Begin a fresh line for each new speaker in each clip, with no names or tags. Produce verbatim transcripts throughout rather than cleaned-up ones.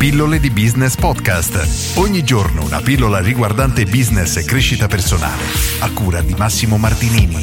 Pillole di Business Podcast. Ogni giorno una pillola riguardante business e crescita personale. A cura di Massimo Martinini.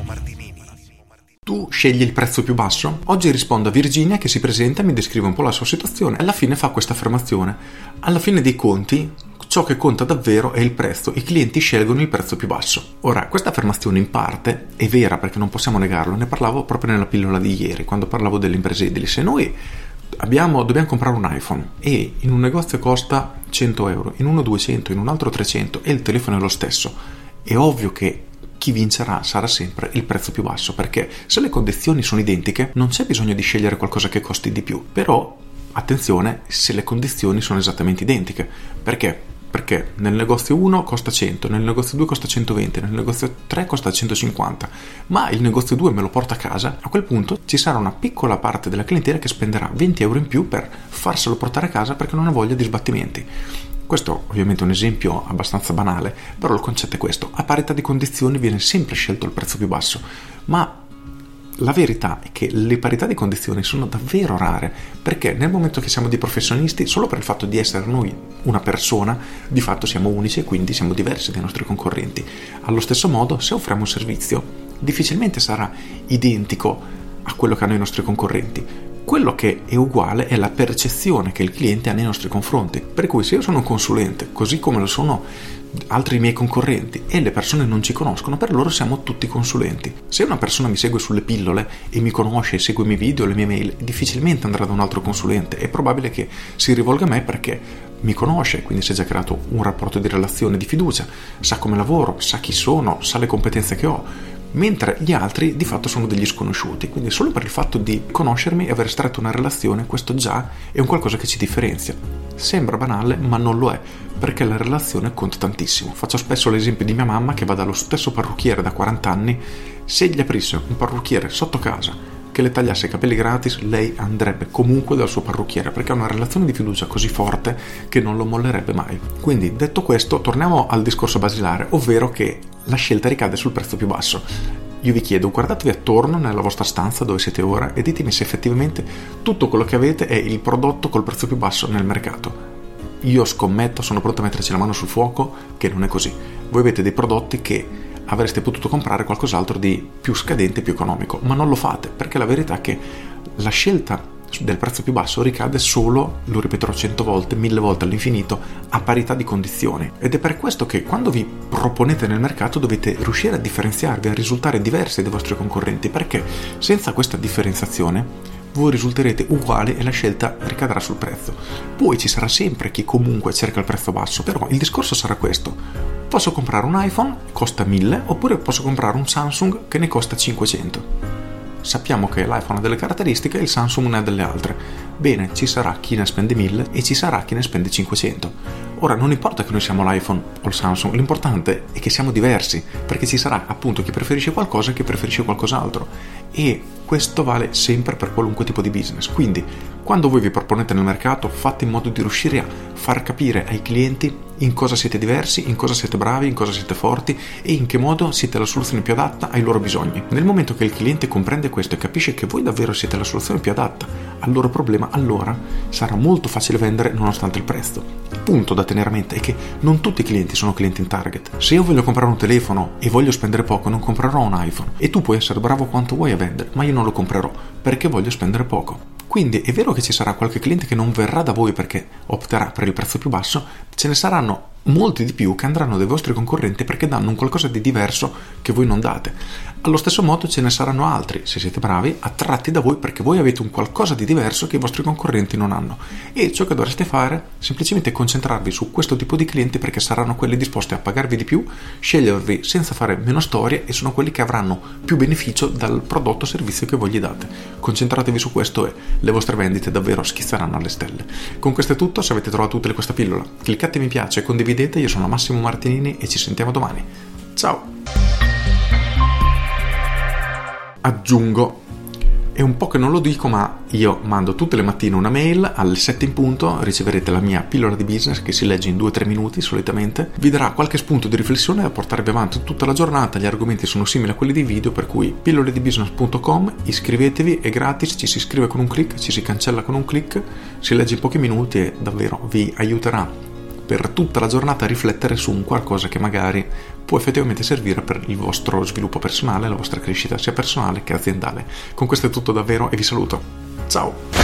Tu scegli il prezzo più basso? Oggi rispondo a Virginia che si presenta, mi descrive un po' la sua situazione e alla fine fa questa affermazione. Alla fine dei conti, ciò che conta davvero è il prezzo. I clienti scelgono il prezzo più basso. Ora, questa affermazione in parte è vera perché non possiamo negarlo. Ne parlavo proprio nella pillola di ieri, quando parlavo delle imprese edili. Se noi abbiamo, dobbiamo comprare un iPhone e in un negozio costa cento euro, in uno duecento, in un altro trecento e il telefono è lo stesso, è ovvio che chi vincerà sarà sempre il prezzo più basso, perché se le condizioni sono identiche non c'è bisogno di scegliere qualcosa che costi di più. Però attenzione se le condizioni sono esattamente identiche. Perché? Perché nel negozio uno costa cento, nel negozio due costa centoventi, nel negozio tre costa centocinquanta, ma il negozio due me lo porta a casa. A quel punto ci sarà una piccola parte della clientela che spenderà venti euro in più per farselo portare a casa perché non ha voglia di sbattimenti. Questo ovviamente è un esempio abbastanza banale, però il concetto è questo: a parità di condizioni viene sempre scelto il prezzo più basso, ma la verità è che le parità di condizioni sono davvero rare, perché nel momento che siamo dei professionisti, solo per il fatto di essere noi una persona, di fatto siamo unici e quindi siamo diversi dai nostri concorrenti. Allo stesso modo, se offriamo un servizio, difficilmente sarà identico a quello che hanno i nostri concorrenti. Quello che è uguale è la percezione che il cliente ha nei nostri confronti. Per cui se io sono un consulente, così come lo sono altri miei concorrenti, e le persone non ci conoscono, per loro siamo tutti consulenti. Se una persona mi segue sulle pillole e mi conosce, segue i miei video, le mie mail, difficilmente andrà da un altro consulente. È probabile che si rivolga a me perché mi conosce, quindi si è già creato un rapporto di relazione, di fiducia, sa come lavoro, sa chi sono, sa le competenze che ho. Mentre gli altri di fatto sono degli sconosciuti, quindi solo per il fatto di conoscermi e aver stretto una relazione, questo già è un qualcosa che ci differenzia. Sembra banale, ma non lo è, perché la relazione conta tantissimo. Faccio spesso l'esempio di mia mamma che va dallo stesso parrucchiere da quaranta anni. Se gli aprisse un parrucchiere sotto casa che le tagliasse i capelli gratis, lei andrebbe comunque dal suo parrucchiere, perché ha una relazione di fiducia così forte che non lo mollerebbe mai. Quindi, detto questo, torniamo al discorso basilare, ovvero che la scelta ricade sul prezzo più basso. Io vi chiedo, guardatevi attorno nella vostra stanza dove siete ora e ditemi se effettivamente tutto quello che avete è il prodotto col prezzo più basso nel mercato. Io scommetto, sono pronto a metterci la mano sul fuoco, che non è così. Voi avete dei prodotti che avreste potuto comprare qualcos'altro di più scadente e più economico, ma non lo fate, perché la verità è che la scelta del prezzo più basso ricade solo, lo ripeterò cento volte, mille volte all'infinito, a parità di condizioni. Ed è per questo che quando vi proponete nel mercato dovete riuscire a differenziarvi, a risultare diversi dai vostri concorrenti, perché senza questa differenziazione voi risulterete uguali e la scelta ricadrà sul prezzo. Poi ci sarà sempre chi comunque cerca il prezzo basso, però il discorso sarà questo: posso comprare un iPhone, costa mille, oppure posso comprare un Samsung che ne costa cinquecento. Sappiamo che l'iPhone ha delle caratteristiche e il Samsung ne ha delle altre. Bene, ci sarà chi ne spende mille e ci sarà chi ne spende cinquecento. Ora, non importa che noi siamo l'iPhone o il Samsung, l'importante è che siamo diversi, perché ci sarà appunto chi preferisce qualcosa e chi preferisce qualcos'altro. E questo vale sempre per qualunque tipo di business. Quindi, quando voi vi proponete nel mercato, fate in modo di riuscire a far capire ai clienti in cosa siete diversi, in cosa siete bravi, in cosa siete forti e in che modo siete la soluzione più adatta ai loro bisogni. Nel momento che il cliente comprende questo e capisce che voi davvero siete la soluzione più adatta al loro problema, allora sarà molto facile vendere nonostante il prezzo. Il punto da tenere a mente è che non tutti i clienti sono clienti in target. Se io voglio comprare un telefono e voglio spendere poco, non comprerò un iPhone, e tu puoi essere bravo quanto vuoi a vendere, ma io non lo comprerò perché voglio spendere poco. Quindi è vero che ci sarà qualche cliente che non verrà da voi perché opterà per il prezzo più basso, ce ne saranno molti di più che andranno dai vostri concorrenti perché danno un qualcosa di diverso che voi non date. Allo stesso modo ce ne saranno altri, se siete bravi, attratti da voi perché voi avete un qualcosa di diverso che i vostri concorrenti non hanno. E ciò che dovreste fare semplicemente concentrarvi su questo tipo di clienti, perché saranno quelli disposti a pagarvi di più, scegliervi senza fare meno storie, e sono quelli che avranno più beneficio dal prodotto o servizio che voi gli date. Concentratevi su questo e le vostre vendite davvero schizzeranno alle stelle. Con questo è tutto. Se avete trovato utile questa pillola, cliccate mi piace e condividete. Io sono Massimo Martinini e ci sentiamo domani. Ciao! Aggiungo, È un po' che non lo dico, ma io mando tutte le mattine una mail alle sette in punto, riceverete la mia pillola di business che si legge in due tre minuti solitamente, vi darà qualche spunto di riflessione da portarvi avanti tutta la giornata. Gli argomenti sono simili a quelli dei video, per cui pillole di business punto com, iscrivetevi, è gratis, ci si iscrive con un click, ci si cancella con un click, si legge in pochi minuti e davvero vi aiuterà per tutta la giornata a riflettere su un qualcosa che magari può effettivamente servire per il vostro sviluppo personale, la vostra crescita sia personale che aziendale. Con questo è tutto davvero e vi saluto. Ciao!